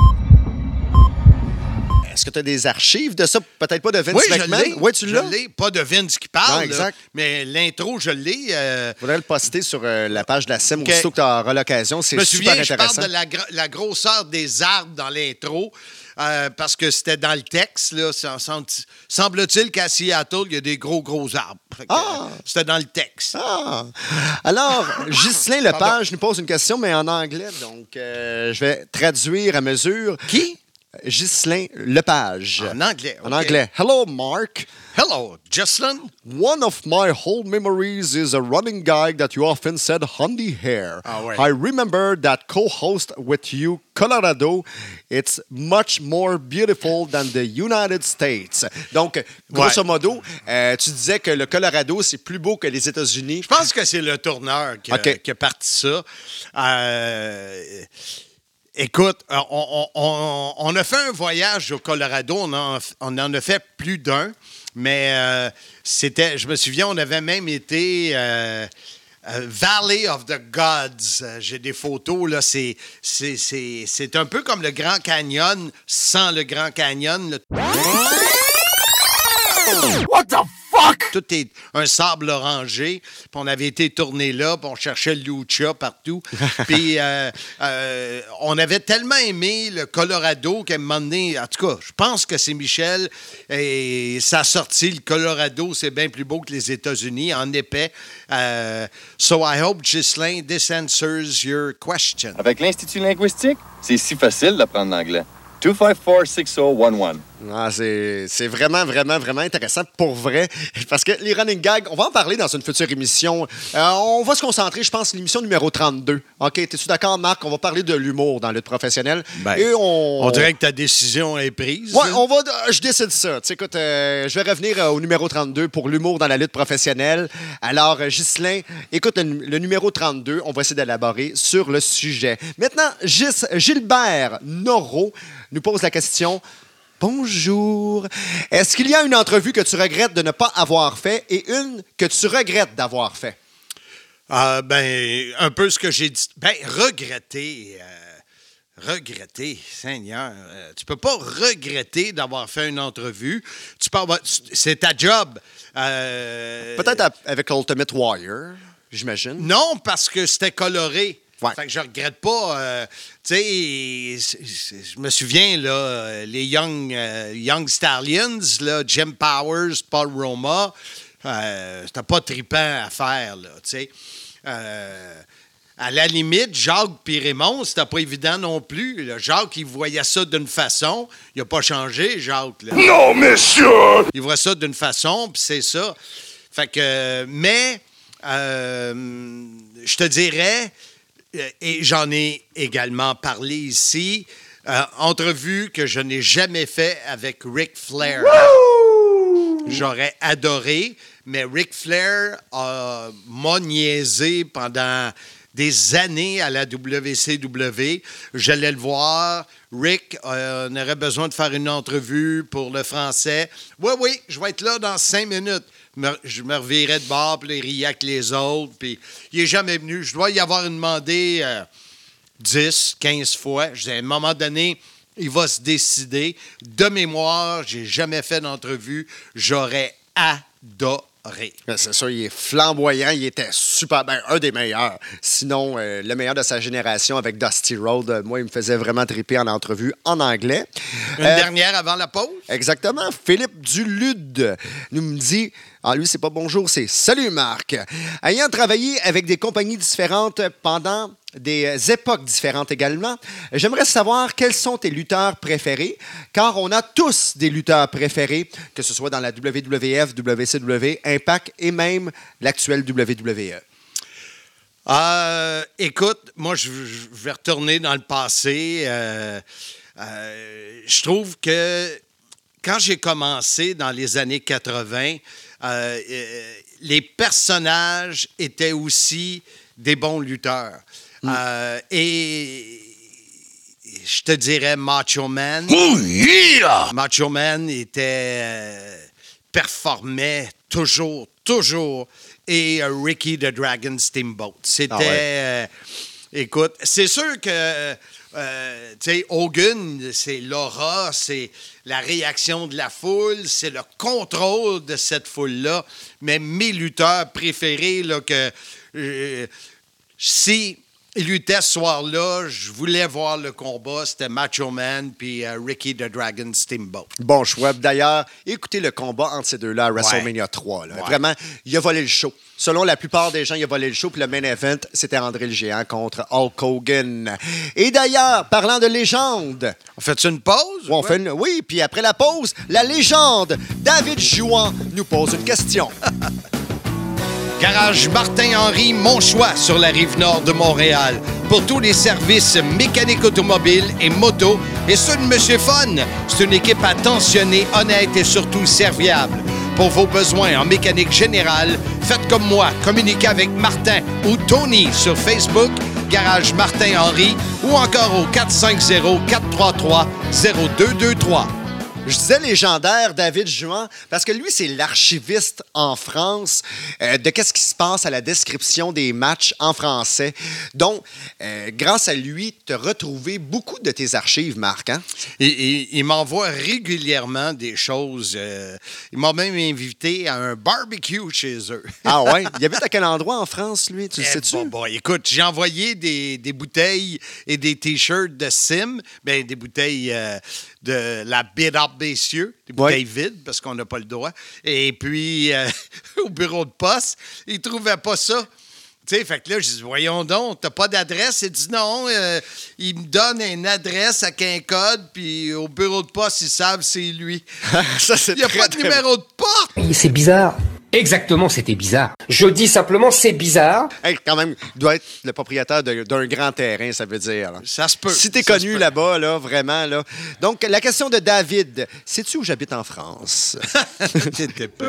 Est-ce que tu as des archives de ça? Peut-être pas de Vince oui, McMahon? Je l'ai. Oui, tu je l'as? l'ai. Pas de Vince qui parle, non, exact. Là, mais l'intro, je l'ai. Euh... Il faudrait le poster sur euh, la page de la C I M Okay. aussitôt que tu auras l'occasion. C'est super souviens, intéressant. Je me souviens, je parle de la, gr- la grosseur des arbres dans l'intro. Euh, parce que c'était dans le texte, là. Semble-t-il qu'à Seattle, il y a des gros, gros arbres. Que, ah. C'était dans le texte. Ah. Alors, Ghislain Lepage nous pose une question, mais en anglais. Donc, euh, je vais traduire à mesure. Qui? Ghislain Lepage. En anglais. En okay. anglais. Hello, Mark. Hello, Jocelyn. One of my whole memories is a running gag that you often said, Honey Hair. Ah, ouais. I remember that co-host with you, Colorado. It's much more beautiful than the United States. Donc, grosso ouais. modo, euh, tu disais que le Colorado, c'est plus beau que les États-Unis. Je pense que c'est le tourneur qui, okay. a, qui a parti ça. Euh... Écoute, on, on, on, on a fait un voyage au Colorado, on en, on en a fait plus d'un, mais euh, c'était, je me souviens, on avait même été euh, euh, Valley of the Gods. Euh, j'ai des photos, là, c'est, c'est, c'est, c'est un peu comme le Grand Canyon sans le Grand Canyon. Le... What the fuck? Tout est un sable orangé. Puis on avait été tourné là, puis on cherchait le lucha partout. Puis euh, euh, on avait tellement aimé le Colorado qu'à un moment donné, en tout cas, je pense que c'est Michel, et ça a sorti, le Colorado, c'est bien plus beau que les États-Unis, en épais. Euh, so I hope, Ghislain, this answers your question. Avec l'Institut linguistique, c'est si facile d'apprendre l'anglais. two five four, six zero one one. Ah, c'est, c'est vraiment, vraiment, vraiment intéressant pour vrai. Parce que les running gags, on va en parler dans une future émission. Euh, on va se concentrer, je pense, l'émission numéro trente-deux. OK, es-tu d'accord, Marc? On va parler de l'humour dans la lutte professionnelle. Ben, Et on, on dirait que ta décision est prise. Oui, on va. Je décide ça. Tu sais, écoute, euh, je vais revenir euh, au numéro trente-deux pour l'humour dans la lutte professionnelle. Alors, euh, Ghislain, écoute, le, le numéro trente-deux, on va essayer d'élaborer sur le sujet. Maintenant, Gis, Gilbert Noro nous pose la question. Bonjour. Est-ce qu'il y a une entrevue que tu regrettes de ne pas avoir fait et une que tu regrettes d'avoir fait? Euh, ben, un peu ce que j'ai dit. Ben, regretter. Euh, regretter, Seigneur. Euh, tu peux pas regretter d'avoir fait une entrevue. Tu peux avoir, c'est ta job. Euh, Peut-être avec Ultimate Warrior, j'imagine. Non, parce que c'était coloré. Ouais. Fait que je regrette pas. Euh, tu sais, je me souviens, là, les Young, euh, Young Stallions, là, Jim Powers, Paul Roma, euh, c'était pas trippant à faire, là, tu sais. Euh, à la limite, Jacques puis Raymond, c'était pas évident non plus. Là. Jacques, il voyait ça d'une façon. Il a pas changé, Jacques. Là. Non, monsieur! Il voit ça d'une façon, puis c'est ça. Fait que, mais, euh, je te dirais... Et j'en ai également parlé ici, euh, entrevue que je n'ai jamais fait avec Ric Flair. Woo! J'aurais adoré, mais Ric Flair euh, m'a niaisé pendant des années à la W C W. J'allais le voir. Rick, euh, on aurait besoin de faire une entrevue pour le français. Oui, oui, je vais être là dans cinq minutes. Me, je me revirais de bord, puis il riait avec les autres. Puis il n'est jamais venu. Je dois y avoir demandé euh, dix, quinze fois. Je disais, à un moment donné, il va se décider. De mémoire, j'ai jamais fait d'entrevue. J'aurais adoré. Ben, c'est sûr, il est flamboyant. Il était super, ben, un des meilleurs. Sinon, euh, le meilleur de sa génération avec Dusty Rhodes. Moi, il me faisait vraiment triper en entrevue en anglais. Une Euh, dernière avant la pause? Exactement. Philippe Dulude nous me dit... Ah, lui, c'est pas bonjour, c'est salut Marc. Ayant travaillé avec des compagnies différentes pendant des époques différentes également, j'aimerais savoir quels sont tes lutteurs préférés, car on a tous des lutteurs préférés, que ce soit dans la W W F, W C W, Impact et même l'actuelle W W E. Euh, écoute, moi, je, je vais retourner dans le passé. Euh, euh, je trouve que quand j'ai commencé dans les années quatre-vingt, euh, euh, les personnages étaient aussi des bons lutteurs. Mm. Euh, et je te dirais Macho Man. Oh yeah! Macho Man était... Euh, performait toujours, toujours. Et euh, Ricky the Dragon Steamboat. C'était... Ah ouais. euh, écoute, c'est sûr que... Euh, tu sais, Hogan, c'est l'aura, c'est la réaction de la foule, c'est le contrôle de cette foule-là. Mais mes lutteurs préférés, là, que euh, si ils luttaient ce soir-là, je voulais voir le combat, c'était Macho Man puis euh, Ricky the Dragon Steamboat. Bon choix. D'ailleurs, écoutez le combat entre ces deux-là à WrestleMania ouais. trois. Là. Ouais. Vraiment, il a volé le show. Selon la plupart des gens, il a volé le show. Puis le main event, c'était André le Géant contre Hulk Hogan. Et d'ailleurs, parlant de légende... On fait une pause? On fait une... Oui, puis après la pause, la légende David Jouan nous pose une question. Garage Martin-Henry, mon choix sur la rive nord de Montréal. Pour tous les services mécaniques automobiles et moto. Et ceux de Monsieur Fun, c'est une équipe attentionnée, honnête et surtout serviable. Pour vos besoins en mécanique générale, faites comme moi, communiquez avec Martin ou Tony sur Facebook, Garage Martin-Henry, ou encore au quatre cinq zéro, quatre trois trois, zéro deux deux trois. Je disais légendaire David Jouan parce que lui, c'est l'archiviste en France euh, de qu'est-ce qui se passe à la description des matchs en français. Donc, euh, grâce à lui, tu as retrouvé beaucoup de tes archives, Marc. Hein? Et, et, il m'envoie régulièrement des choses. Euh, il m'a même invité à un barbecue chez eux. Ah ouais? Il habite à quel endroit en France, lui? Tu le eh sais-tu? Bon, bon, écoute, j'ai envoyé des, des bouteilles et des T-shirts de Sim. Bien, des bouteilles... Euh, de la Bid Up Bessieux, des bouteilles ouais. vides, parce qu'on n'a pas le droit. Et puis, euh, au bureau de poste, ils ne trouvaient pas ça. Tu sais, fait que là, je dis, voyons donc, t'as pas d'adresse? Il dit non, euh, il me donne une adresse avec un code, puis au bureau de poste, ils savent c'est lui. Ça, c'est il n'y a très, pas de numéro de porte! C'est bizarre. Exactement, c'était bizarre. Je dis simplement, c'est bizarre. Hey, quand même, il doit être le propriétaire de, d'un grand terrain, ça veut dire. Là. Ça se peut. Si t'es ça connu là-bas, là, vraiment, là. Donc, la question de David, sais-tu où j'habite en France? T'étais pas.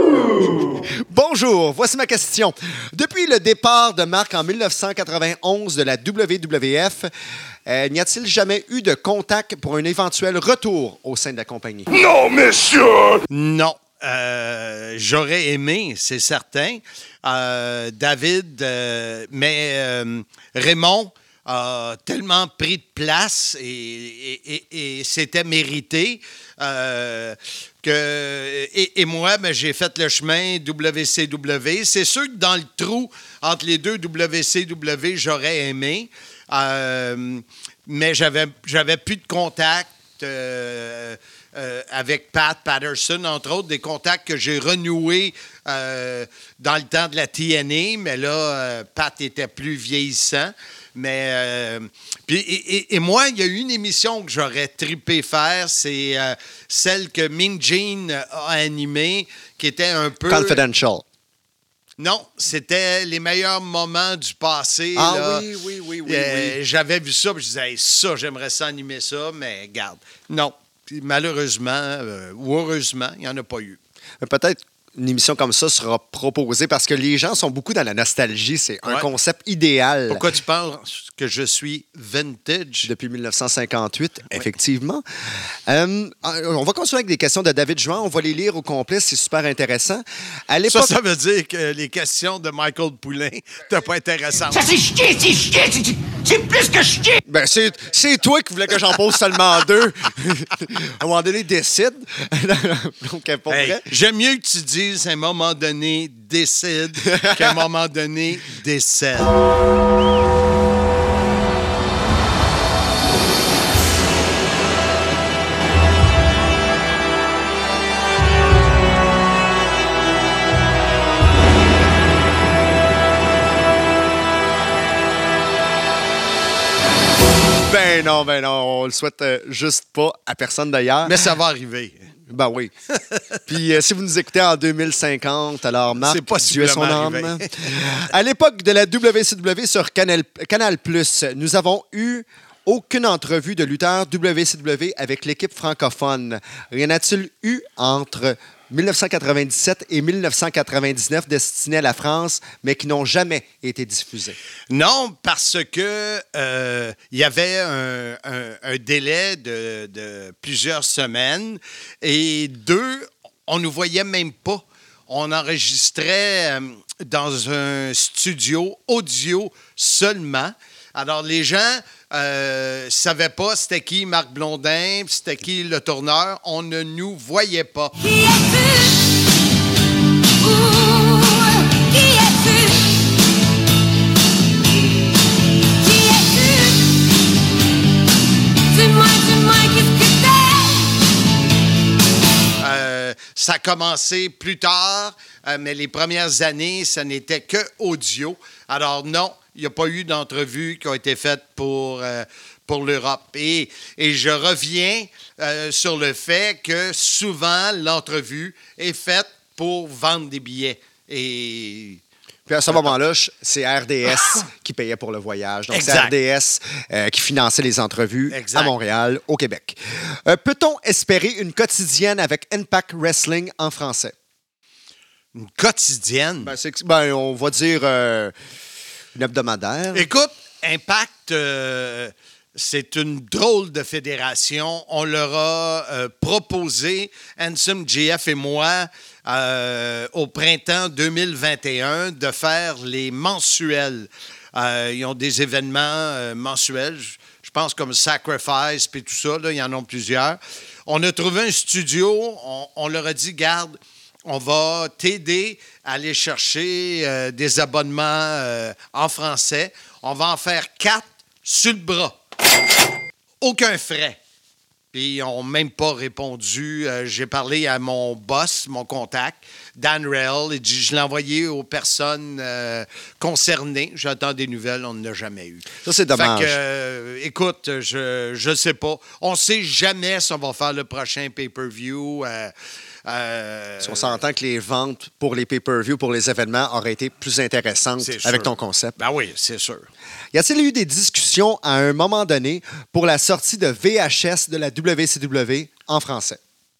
Bonjour, voici ma question. Depuis le départ de Marc en dix-neuf cent quatre-vingt-onze de la W W F, euh, n'y a-t-il jamais eu de contact pour un éventuel retour au sein de la compagnie? Non, monsieur! Non. Euh, j'aurais aimé, c'est certain. Euh, David, euh, mais euh, Raymond a tellement pris de place et, et, et, et c'était mérité euh, que... Et, et moi, ben, j'ai fait le chemin W C W. C'est sûr que dans le trou entre les deux W C W, j'aurais aimé, euh, mais j'avais, j'avais plus de contact. Euh, Euh, avec Pat Patterson, entre autres, des contacts que j'ai renoués euh, dans le temps de la T N A, mais là, euh, Pat était plus vieillissant. Mais, euh, puis, et, et, et moi, il y a eu une émission que j'aurais trippé faire, c'est euh, celle que Mean Gene a animée, qui était un peu... Confidential. Non, c'était les meilleurs moments du passé. Ah là. oui, oui, oui, oui, euh, oui. J'avais vu ça, puis je disais, hey, ça, j'aimerais ça animer ça, mais garde, non. Malheureusement, euh, ou heureusement, il n'y en a pas eu. Peut-être une émission comme ça sera proposée parce que les gens sont beaucoup dans la nostalgie. C'est un Ouais. concept idéal. Pourquoi tu penses que je suis vintage? Depuis dix-neuf cent cinquante-huit, effectivement. Euh, on va continuer avec des questions de David Juan. On va les lire au complet. C'est super intéressant. À Ça, l'époque... ça veut dire que les questions de Michael Poulain n'étaient pas intéressantes. Ça, c'est chier, c'est chier, c'est- c'est plus que chier! Ben, c'est, c'est toi qui voulais que j'en pose seulement deux. À un moment donné, décide. Donc, pour Hey, vrai. j'aime mieux que tu dises à un moment donné décide qu'à un moment donné décède. Ben non, ben non, on le souhaite euh, juste pas à personne d'ailleurs. Mais ça va arriver. Ben oui. Puis euh, si vous nous écoutez en deux mille cinquante, alors Marc, C'est Dieu ait son possiblement âme. arrivé. À l'époque de la W C W sur Canal, Canal plus, nous avons eu aucune entrevue de lutteur W C W avec l'équipe francophone. Rien a-t-il eu entre dix-neuf cent quatre-vingt-dix-sept et dix-neuf cent quatre-vingt-dix-neuf destinés à la France, mais qui n'ont jamais été diffusés? Non, parce que euh, il y avait un, un- un délai de, de plusieurs semaines et deux, on ne nous voyait même pas. On enregistrait euh, dans un studio audio seulement. Alors, les gens ne savaient pas c'était qui Marc Blondin, c'était qui le tourneur. On ne nous voyait pas. Qui es-tu? Ouh, qui es-tu? Qui es-tu? Dis-moi, dis-moi, qu'est-ce que t'es? Euh, ça a commencé plus tard, euh, mais les premières années, ça n'était que audio. Alors non, il n'y a pas eu d'entrevue qui a été faite pour, euh, pour l'Europe. Et, et je reviens euh, sur le fait que souvent, l'entrevue est faite pour vendre des billets. Et Puis à ce moment-là, je- c'est R D S qui payait pour le voyage. Donc, c'est Exact. R D S euh, qui finançait les entrevues Exact. à Montréal, au Québec. Euh, peut-on espérer une quotidienne avec Impact Wrestling en français? une quotidienne. Ben, c'est que- ben, on va dire euh, une hebdomadaire. Écoute, Impact, euh, c'est une drôle de fédération. On leur a euh, proposé, Handsome J F et moi, euh, au printemps deux mille vingt et un, de faire les mensuels. Euh, ils ont des événements euh, mensuels, je, je pense comme Sacrifice puis tout ça, là, ils en ont plusieurs. On a trouvé un studio, on, on leur a dit, garde, on va t'aider à aller chercher euh, des abonnements euh, en français. On va en faire quatre sur le bras. Aucun frais. Puis ils n'ont même pas répondu. Euh, j'ai parlé à mon boss, mon contact, Dan Rail. Il dit, je l'ai envoyé aux personnes euh, concernées. J'attends des nouvelles, on n'en a jamais eu. Ça, c'est dommage. Fait que, euh, écoute, je ne sais pas. On ne sait jamais si on va faire le prochain pay-per-view. Euh, euh, Si on s'entend que les ventes pour les pay-per-view, pour les événements, auraient été plus intéressantes C'est avec sûr. ton concept. Ben oui, c'est sûr. Y a-t-il eu des discussions à un moment donné pour la sortie de V H S de la W C W en français?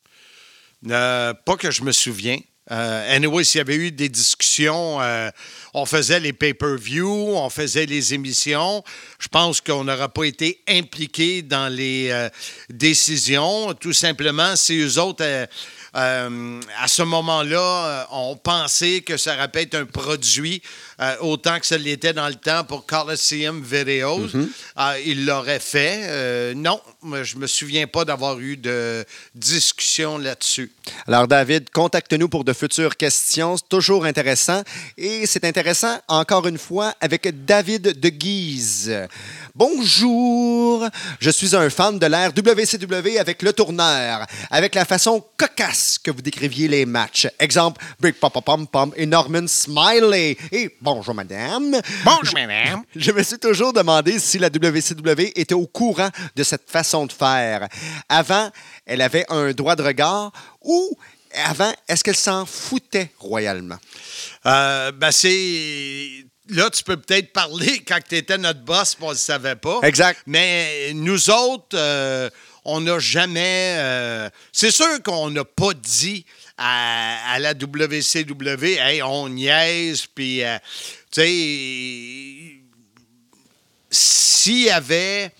Euh, pas que je me souviens. Euh, anyway, s'il y avait eu des discussions, euh, on faisait les pay-per-view, on faisait les émissions. Je pense qu'on n'aurait pas été impliqué dans les euh, décisions. Tout simplement, si eux autres, euh, euh, à ce moment-là, euh, ont pensé que ça aurait pu être un produit euh, autant que ça l'était dans le temps pour Coliseum Videos. Euh, ils l'auraient fait. Euh, non, moi, je me souviens pas d'avoir eu de discussion là-dessus. Alors, David, contacte-nous pour de futures questions. C'est toujours intéressant. Et c'est intéressant, encore une fois, avec David de Guise. Bonjour! Je suis un fan de l'ère W C W avec le tourneur, avec la façon cocasse que vous décriviez les matchs. Exemple, Big Papa Pom Pom et Norman Smiley. Et bonjour, madame. Bonjour, madame. Je me suis toujours demandé si la W C W était au courant de cette façon de faire. Avant, elle avait un droit de regard ou avant, est-ce qu'elle s'en foutait royalement? Euh, ben c'est... Là, tu peux peut-être parler quand tu étais notre boss, on ne le savait pas. Exact. Mais nous autres, euh, on n'a jamais... Euh, c'est sûr qu'on n'a pas dit à, à la W C W, « Hey, on niaise », puis, euh, tu sais, s'il y avait...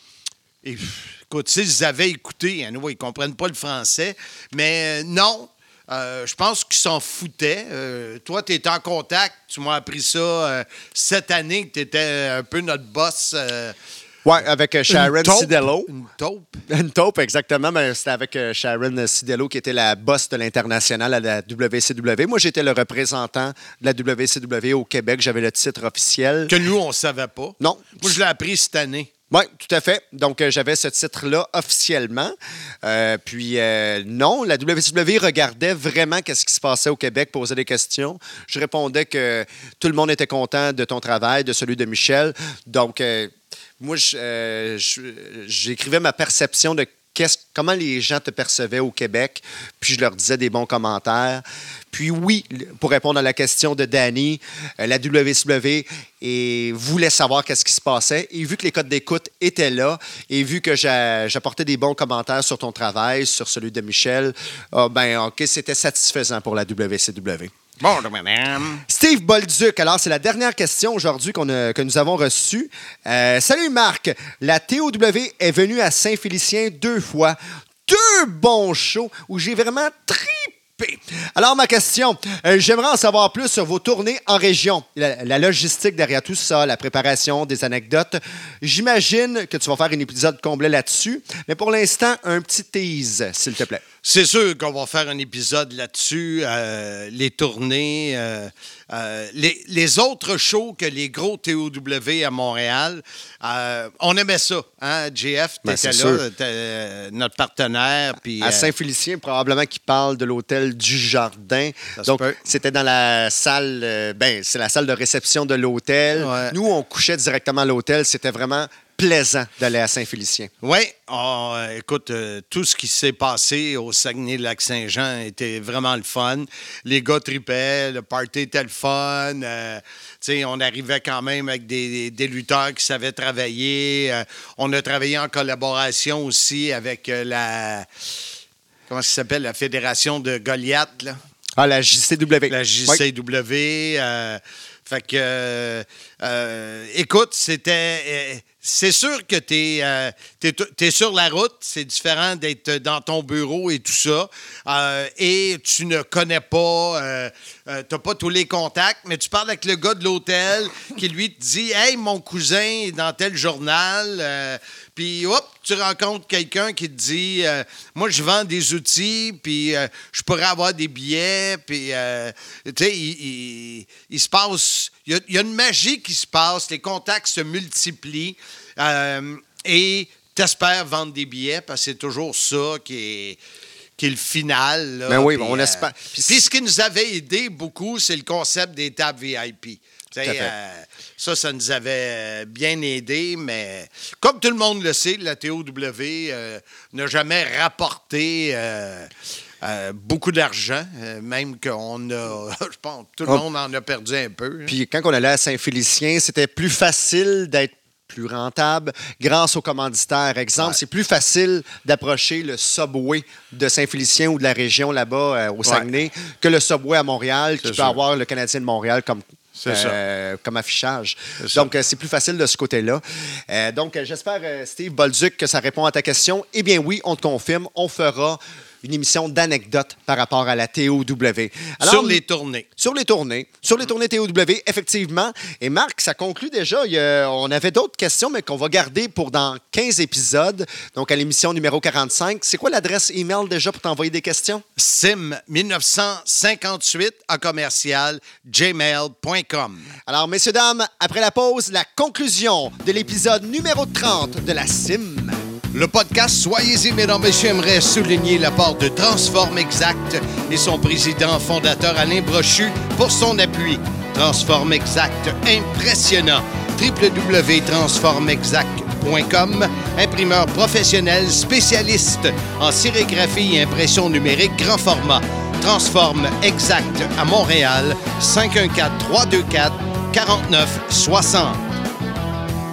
Écoute, s'ils avaient écouté, hein, ils ne comprennent pas le français, mais euh, non... Euh, je pense qu'ils s'en foutaient. Euh, toi, tu étais en contact. Tu m'as appris ça euh, cette année, que tu étais un peu notre boss. Euh, oui, avec euh, Sharon taupe, Sidello. Une taupe. Une taupe, exactement. Mais c'était avec euh, Sharon Sidello, qui était la boss de l'international à la W C W. Moi, j'étais le représentant de la W C W au Québec. J'avais le titre officiel. Que nous, on ne savait pas. Non. Moi, je l'ai appris cette année. Oui, tout à fait. Donc, euh, j'avais ce titre-là officiellement. Euh, puis, euh, non, la W C W regardait vraiment qu'est-ce qui se passait au Québec, posait des questions. Je répondais que tout le monde était content de ton travail, de celui de Michel. Donc, euh, moi, je, euh, je, j'écrivais ma perception de qu'est-ce, comment les gens te percevaient au Québec, puis je leur disais des bons commentaires. Puis oui, pour répondre à la question de Danny, euh, la W C W et voulait savoir qu'est-ce qui se passait. Et vu que les codes d'écoute étaient là, et vu que j'a, j'apportais des bons commentaires sur ton travail, sur celui de Michel, euh, ben OK, c'était satisfaisant pour la W C W. Bonjour, madame. Steve Bolduc, alors c'est la dernière question aujourd'hui qu'on a, que nous avons reçue. Euh, salut Marc, la T O W est venue à Saint-Félicien deux fois. Deux bons shows où j'ai vraiment trippé. Alors ma question, euh, j'aimerais en savoir plus sur vos tournées en région. La, la logistique derrière tout ça, la préparation, des anecdotes. J'imagine que tu vas faire un épisode complet là-dessus. Mais pour l'instant, un petit tease, s'il te plaît. C'est sûr qu'on va faire un épisode là-dessus, euh, les tournées, euh, euh, les, les autres shows que les gros T O W à Montréal. Euh, on aimait ça, hein, J F, Ben, t'étais c'est là, sûr. t'étais, euh, notre partenaire. Puis, À euh, Saint-Félicien, probablement qu'il parle de l'hôtel du Jardin. Ça se Donc, peut. c'était dans la salle, euh, ben, c'est la salle de réception de l'hôtel. Ouais. Nous, on couchait directement à l'hôtel. C'était vraiment plaisant d'aller à Saint-Félicien. Oui, oh, euh, écoute, euh, tout ce qui s'est passé au Saguenay-Lac-Saint-Jean était vraiment le fun. Les gars tripaient, le party était le fun. Euh, tu sais, on arrivait quand même avec des, des, des lutteurs qui savaient travailler. Euh, on a travaillé en collaboration aussi avec euh, la... Comment ça s'appelle? La Fédération de Goliath, là. Ah, la J C W. La J C W. Euh, fait que, euh, euh, écoute, c'était... Euh, c'est sûr que tu es euh, t'es, t'es sur la route. C'est différent d'être dans ton bureau et tout ça. Euh, et tu ne connais pas, euh, euh, tu n'as pas tous les contacts, mais tu parles avec le gars de l'hôtel qui, lui, te dit « Hey, mon cousin est dans tel journal. Euh, » Puis, hop, tu rencontres quelqu'un qui te dit euh, « Moi, je vends des outils, puis euh, je pourrais avoir des billets. » Puis, euh, tu sais, il, il, il se passe... Il y, a, il y a une magie qui se passe. Les contacts se multiplient. Euh, et tu espères vendre des billets, parce que c'est toujours ça qui est... qui est le final. Là. Ben oui, puis, on euh, espère. Puis, puis ce qui nous avait aidé beaucoup, c'est le concept des tables V I P. Tout à fait. Euh, ça, ça nous avait bien aidé, mais comme tout le monde le sait, la T O W euh, n'a jamais rapporté euh, euh, beaucoup d'argent, euh, même qu'on a, je pense, tout le Oh. monde en a perdu un peu. Hein. Puis quand on allait à Saint-Félicien, c'était plus facile d'être plus rentable grâce aux commanditaires. Exemple, Ouais. c'est plus facile d'approcher le Subway de Saint-Félicien ou de la région là-bas euh, au Saguenay que le Subway à Montréal qui C'est peut sûr. avoir le Canadien de Montréal comme, C'est euh, comme affichage. C'est ça. Donc, euh, c'est plus facile de ce côté-là. Euh, donc, euh, j'espère, euh, Steve Bolduc, que ça répond à ta question. Eh bien oui, on te confirme, on fera une émission d'anecdotes par rapport à la T O W. Alors, Sur les tournées. Sur les tournées. Sur les tournées T O W, effectivement. Et Marc, ça conclut déjà. Il y a- on avait d'autres questions, mais qu'on va garder pour dans quinze épisodes. Donc, à l'émission numéro quarante-cinq. C'est quoi l'adresse email déjà pour t'envoyer des questions? sim mille neuf cent cinquante-huit à commercial gmail point com. Alors, messieurs, dames, après la pause, la conclusion de l'épisode numéro trente de la C I M. Le podcast Soyez-y, mesdames, messieurs, aimerait souligner l'apport de Transform Exact et son président fondateur Alain Brochu pour son appui. Transform Exact, impressionnant. w w w point transform exact point com, imprimeur professionnel spécialiste en sérigraphie et impression numérique grand format. Transform Exact à Montréal, cinq un quatre, trois deux quatre, quatre neuf six zéro.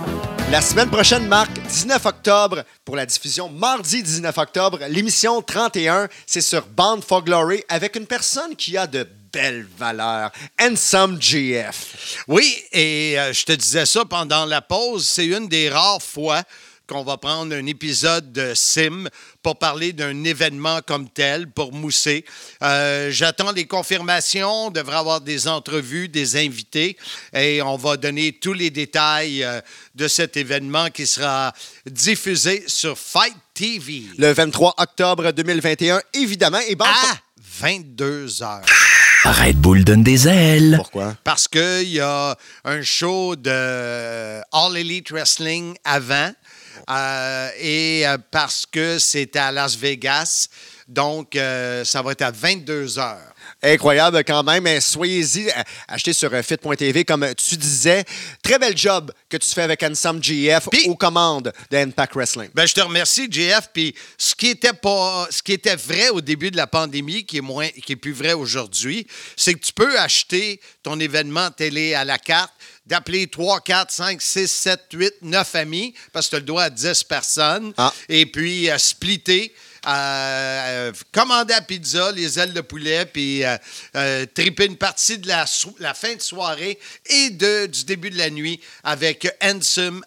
La semaine prochaine, Marc, dix-neuf octobre, pour la diffusion mardi dix-neuf octobre, l'émission trente et un, c'est sur Bound for Glory avec une personne qui a de belles valeurs, Handsome G F. Oui, et euh, je te disais ça pendant la pause, c'est une des rares fois qu'on va prendre un épisode de Sim pour parler d'un événement comme tel, pour mousser. Euh, j'attends les confirmations, on devrait avoir des entrevues, des invités, et on va donner tous les détails euh, de cet événement qui sera diffusé sur Fight T V. Le vingt-trois octobre deux mille vingt et un, évidemment. Et bon, à vingt-deux heures. Red Bull donne des ailes. Pourquoi? Parce qu'il y a un show de All Elite Wrestling avant. Euh, et euh, parce que c'est à Las Vegas, donc euh, ça va être à vingt-deux heures. Incroyable quand même. Mais soyez-y, achetez sur fit point t v, comme tu disais. Très bel job que tu fais avec Handsome G F Puis, aux commandes de Impact Wrestling. Ben, je te remercie, G F. Puis ce qui était pas, ce qui était vrai au début de la pandémie, qui est moins, qui est plus vrai aujourd'hui, c'est que tu peux acheter ton événement télé à la carte, d'appeler trois, quatre, cinq, six, sept, huit, neuf amis, parce que tu as le droit à dix personnes, ah. et puis euh, splitter, euh, euh, commander à pizza, les ailes de poulet, puis euh, euh, triper une partie de la, so- la fin de soirée et de, du début de la nuit avec Handsome,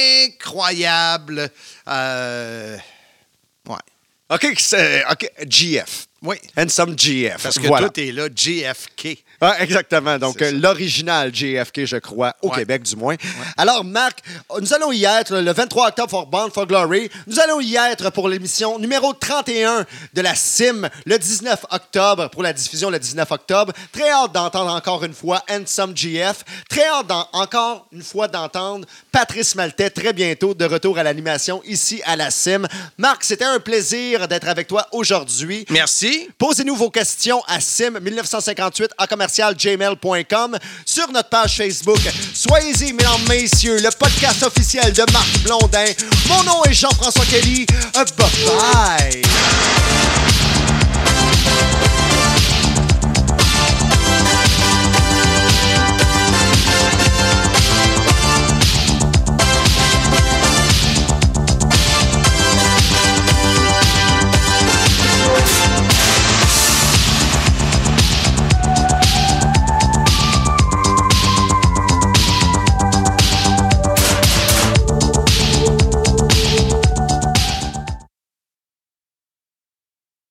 incroyable. Euh, ouais. OK, c'est, OK, G F. Oui. Handsome G F. Parce que voilà. toi, t'es là, J F K. Ah, exactement. Donc, euh, l'original J F K, je crois, au ouais. Québec, du moins. Ouais. Alors, Marc, nous allons y être le vingt-trois octobre pour Bound for Glory. Nous allons y être pour l'émission numéro trente et un de la Sim, le dix-neuf octobre, pour la diffusion le dix-neuf octobre. Très hâte d'entendre encore une fois Handsome G F. Très hâte d'en- encore une fois d'entendre Patrice Maltais, très bientôt, de retour à l'animation ici à la Sim. Marc, c'était un plaisir d'être avec toi aujourd'hui. Merci. Posez-nous vos questions à sim dix-neuf cinquante-huit à commercial gmail point com sur notre page Facebook. Soyez-y, mesdames, messieurs, le podcast officiel de Marc Blondin. Mon nom est Jean-François Kelly. Bye bye!